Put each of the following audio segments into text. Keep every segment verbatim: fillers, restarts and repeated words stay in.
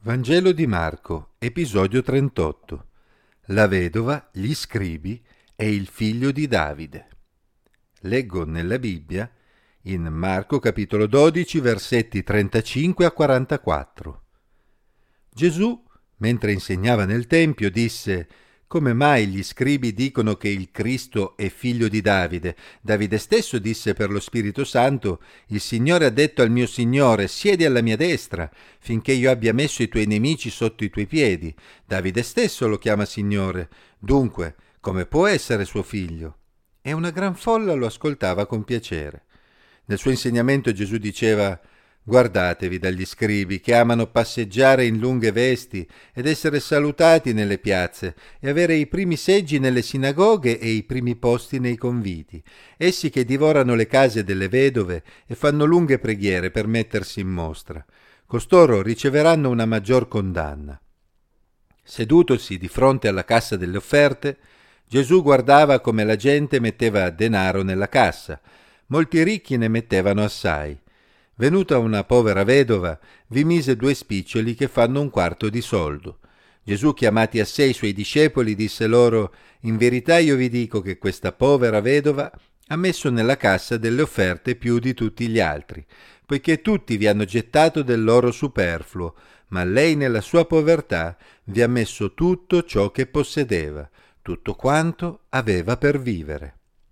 Vangelo di Marco, episodio trentotto. La vedova, gli scribi e il figlio di Davide. Leggo nella Bibbia in Marco capitolo dodici, versetti trentacinque a quarantaquattro. Gesù, mentre insegnava nel Tempio, disse: «Come mai gli scribi dicono che il Cristo è figlio di Davide? Davide stesso disse per lo Spirito Santo: il Signore ha detto al mio Signore: siedi alla mia destra, finché io abbia messo i tuoi nemici sotto i tuoi piedi. Davide stesso lo chiama Signore. Dunque, come può essere suo figlio?» E una gran folla lo ascoltava con piacere. Nel suo insegnamento Gesù diceva: «Guardatevi dagli scribi che amano passeggiare in lunghe vesti ed essere salutati nelle piazze e avere i primi seggi nelle sinagoghe e i primi posti nei conviti. Essi che divorano le case delle vedove e fanno lunghe preghiere per mettersi in mostra. Costoro riceveranno una maggior condanna». Sedutosi di fronte alla cassa delle offerte, Gesù guardava come la gente metteva denaro nella cassa. Molti ricchi ne mettevano assai. Venuta una povera vedova, vi mise due spiccioli che fanno un quarto di soldo. Gesù, chiamati a sé i suoi discepoli, disse loro: «In verità io vi dico che questa povera vedova ha messo nella cassa delle offerte più di tutti gli altri, poiché tutti vi hanno gettato del loro superfluo, ma lei nella sua povertà vi ha messo tutto ciò che possedeva, tutto quanto aveva per vivere».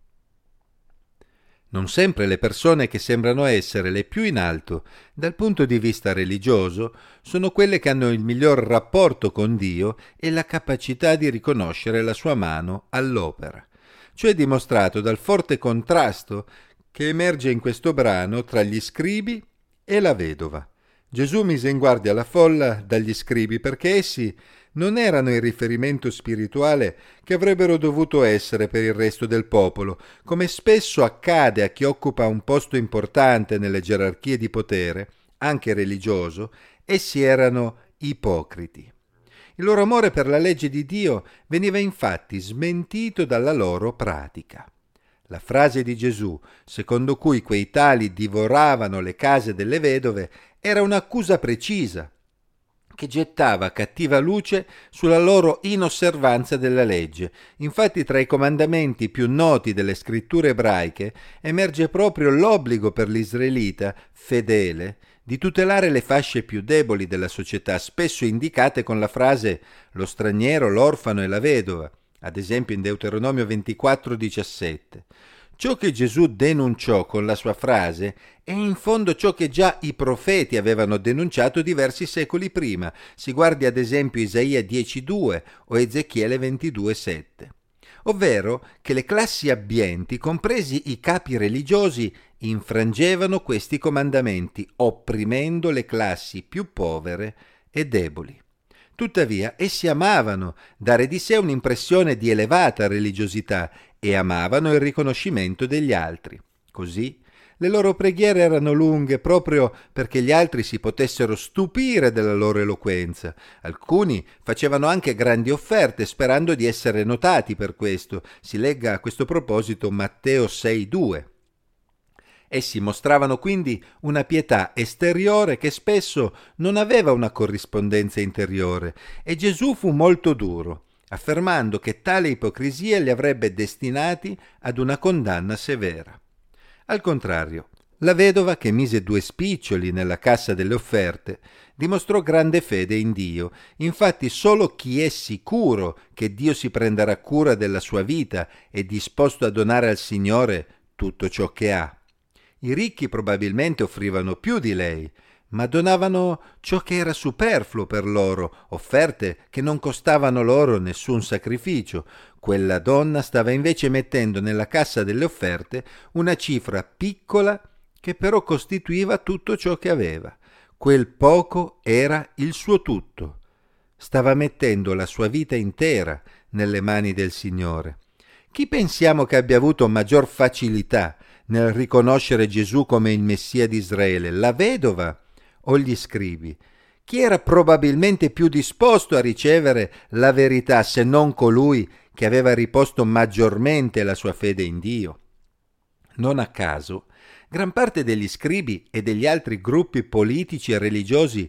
Non sempre le persone che sembrano essere le più in alto dal punto di vista religioso sono quelle che hanno il miglior rapporto con Dio e la capacità di riconoscere la sua mano all'opera. Ciò è dimostrato dal forte contrasto che emerge in questo brano tra gli scribi e la vedova. Gesù mise in guardia la folla dagli scribi perché essi non erano il riferimento spirituale che avrebbero dovuto essere per il resto del popolo, come spesso accade a chi occupa un posto importante nelle gerarchie di potere, anche religioso. Essi erano ipocriti. Il loro amore per la legge di Dio veniva infatti smentito dalla loro pratica. La frase di Gesù, secondo cui quei tali divoravano le case delle vedove, era un'accusa precisa, che gettava cattiva luce sulla loro inosservanza della legge. Infatti, tra i comandamenti più noti delle scritture ebraiche emerge proprio l'obbligo per l'israelita fedele di tutelare le fasce più deboli della società, spesso indicate con la frase «lo straniero, l'orfano e la vedova», ad esempio in Deuteronomio ventiquattro diciassette. Ciò che Gesù denunciò con la sua frase è in fondo ciò che già i profeti avevano denunciato diversi secoli prima. Si guardi ad esempio Isaia dieci due o Ezechiele ventidue sette. Ovvero che le classi abbienti, compresi i capi religiosi, infrangevano questi comandamenti, opprimendo le classi più povere e deboli. Tuttavia, essi amavano dare di sé un'impressione di elevata religiosità e amavano il riconoscimento degli altri. Così le loro preghiere erano lunghe proprio perché gli altri si potessero stupire della loro eloquenza. Alcuni facevano anche grandi offerte sperando di essere notati per questo. Si legga a questo proposito Matteo sei due. Essi mostravano quindi una pietà esteriore che spesso non aveva una corrispondenza interiore, e Gesù fu molto duro, affermando che tale ipocrisia li avrebbe destinati ad una condanna severa. Al contrario, la vedova che mise due spiccioli nella cassa delle offerte dimostrò grande fede in Dio. Infatti solo chi è sicuro che Dio si prenderà cura della sua vita è disposto a donare al Signore tutto ciò che ha. I ricchi probabilmente offrivano più di lei, ma donavano ciò che era superfluo per loro, offerte che non costavano loro nessun sacrificio. Quella donna stava invece mettendo nella cassa delle offerte una cifra piccola che però costituiva tutto ciò che aveva. Quel poco era il suo tutto. Stava mettendo la sua vita intera nelle mani del Signore. Chi pensiamo che abbia avuto maggior facilità nel riconoscere Gesù come il Messia di Israele, la vedova o gli scribi? Chi era probabilmente più disposto a ricevere la verità se non colui che aveva riposto maggiormente la sua fede in Dio? Non a caso, gran parte degli scribi e degli altri gruppi politici e religiosi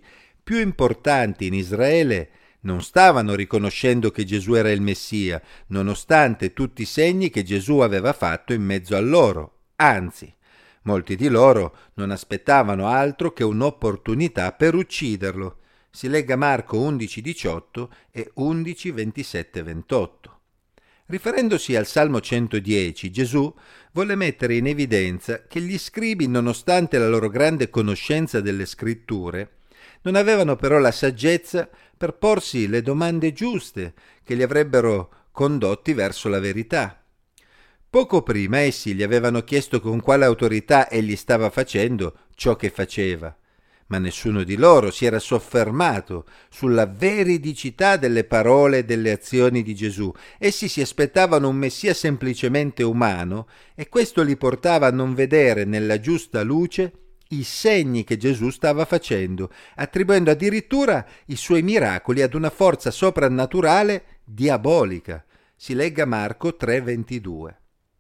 più importanti in Israele non stavano riconoscendo che Gesù era il Messia, nonostante tutti i segni che Gesù aveva fatto in mezzo a loro. Anzi, molti di loro non aspettavano altro che un'opportunità per ucciderlo. Si legga Marco undici diciotto e undici ventisette ventotto. Riferendosi al Salmo centodieci, Gesù volle mettere in evidenza che gli scribi, nonostante la loro grande conoscenza delle scritture, non avevano però la saggezza per porsi le domande giuste che li avrebbero condotti verso la verità. Poco prima essi gli avevano chiesto con quale autorità egli stava facendo ciò che faceva, ma nessuno di loro si era soffermato sulla veridicità delle parole e delle azioni di Gesù. Essi si aspettavano un Messia semplicemente umano e questo li portava a non vedere nella giusta luce i segni che Gesù stava facendo, attribuendo addirittura i suoi miracoli ad una forza soprannaturale diabolica. Si legga Marco tre ventidue.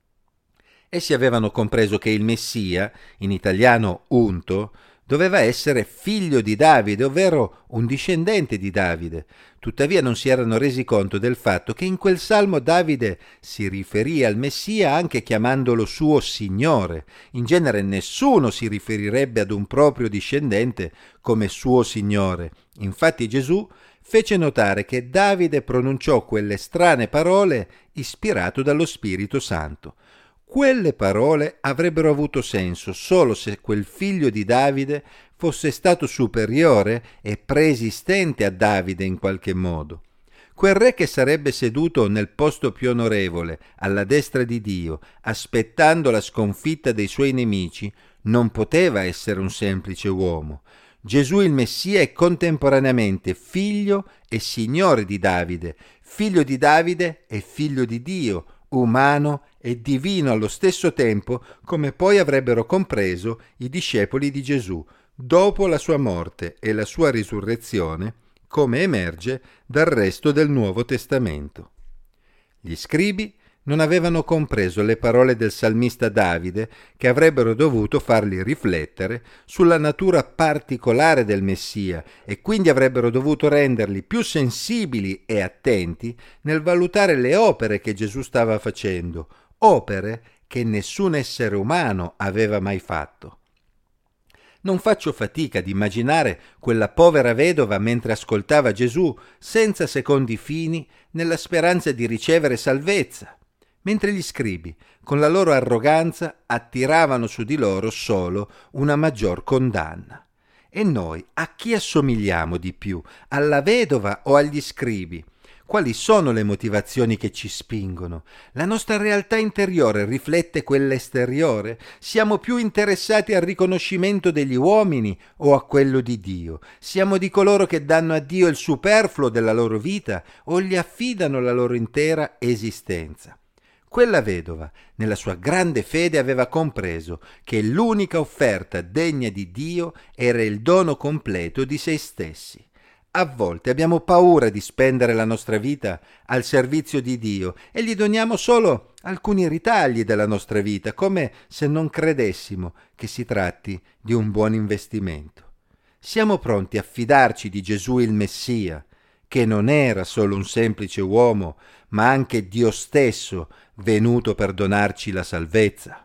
Essi avevano compreso che il Messia, in italiano unto, doveva essere figlio di Davide, ovvero un discendente di Davide. Tuttavia non si erano resi conto del fatto che in quel salmo Davide si riferì al Messia anche chiamandolo suo Signore. In genere nessuno si riferirebbe ad un proprio discendente come suo Signore. Infatti Gesù fece notare che Davide pronunciò quelle strane parole ispirato dallo Spirito Santo. Quelle parole avrebbero avuto senso solo se quel figlio di Davide fosse stato superiore e preesistente a Davide in qualche modo. Quel re che sarebbe seduto nel posto più onorevole, alla destra di Dio, aspettando la sconfitta dei suoi nemici, non poteva essere un semplice uomo. Gesù il Messia è contemporaneamente figlio e signore di Davide, figlio di Davide e figlio di Dio, umano e divino allo stesso tempo, come poi avrebbero compreso i discepoli di Gesù dopo la sua morte e la sua risurrezione, come emerge dal resto del Nuovo Testamento. Gli scribi non avevano compreso le parole del salmista Davide, che avrebbero dovuto farli riflettere sulla natura particolare del Messia e quindi avrebbero dovuto renderli più sensibili e attenti nel valutare le opere che Gesù stava facendo, opere che nessun essere umano aveva mai fatto. Non faccio fatica ad immaginare quella povera vedova mentre ascoltava Gesù senza secondi fini nella speranza di ricevere salvezza, mentre gli scribi, con la loro arroganza, attiravano su di loro solo una maggior condanna. E noi a chi assomigliamo di più? Alla vedova o agli scribi? Quali sono le motivazioni che ci spingono? La nostra realtà interiore riflette quella esteriore? Siamo più interessati al riconoscimento degli uomini o a quello di Dio? Siamo di coloro che danno a Dio il superfluo della loro vita o gli affidano la loro intera esistenza? Quella vedova, nella sua grande fede, aveva compreso che l'unica offerta degna di Dio era il dono completo di se stessi. A volte abbiamo paura di spendere la nostra vita al servizio di Dio e gli doniamo solo alcuni ritagli della nostra vita, come se non credessimo che si tratti di un buon investimento. Siamo pronti a fidarci di Gesù il Messia, che non era solo un semplice uomo, ma anche Dio stesso, venuto per donarci la salvezza.